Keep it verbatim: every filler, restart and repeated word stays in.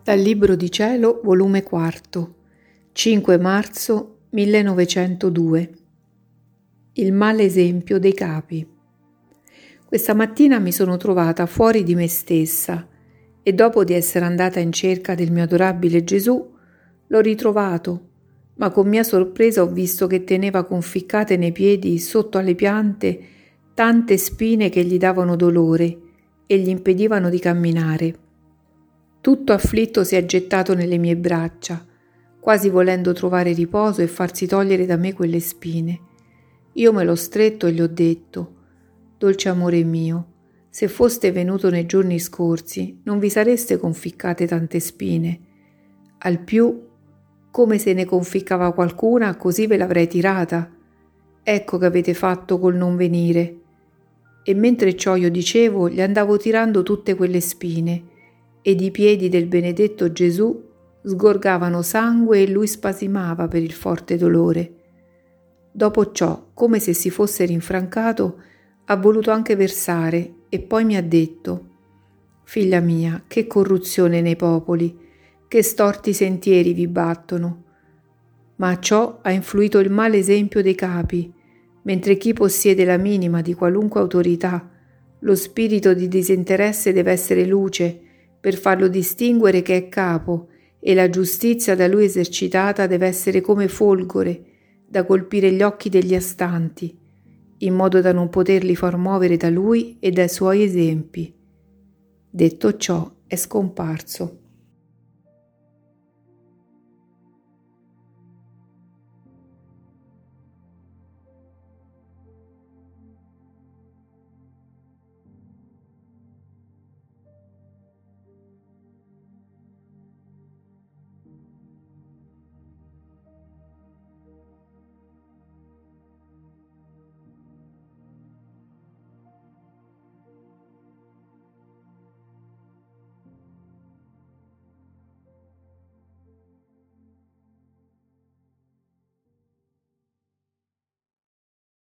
Dal Libro di Cielo, volume quarto, cinque marzo millenovecentodue. Il male esempio dei capi. Questa mattina mi sono trovata fuori di me stessa e dopo di essere andata in cerca del mio adorabile Gesù, l'ho ritrovato, ma con mia sorpresa ho visto che teneva conficcate nei piedi, sotto alle piante, tante spine che gli davano dolore e gli impedivano di camminare. Tutto afflitto si è gettato nelle mie braccia, quasi volendo trovare riposo e farsi togliere da me quelle spine. Io me l'ho stretto e gli ho detto: «Dolce amore mio, se foste venuto nei giorni scorsi, non vi sareste conficcate tante spine. Al più, come se ne conficcava qualcuna, così ve l'avrei tirata. Ecco che avete fatto col non venire». E mentre ciò io dicevo, gli andavo tirando tutte quelle spine, ed i piedi del benedetto Gesù sgorgavano sangue e lui spasimava per il forte dolore. Dopo ciò, come se si fosse rinfrancato, ha voluto anche versare e poi mi ha detto: «Figlia mia, che corruzione nei popoli, che storti sentieri vi battono». Ma a ciò ha influito il male esempio dei capi, mentre chi possiede la minima di qualunque autorità, lo spirito di disinteresse deve essere luce per farlo distinguere che è capo, e la giustizia da lui esercitata deve essere come folgore da colpire gli occhi degli astanti, in modo da non poterli far muovere da lui e dai suoi esempi. Detto ciò, è scomparso.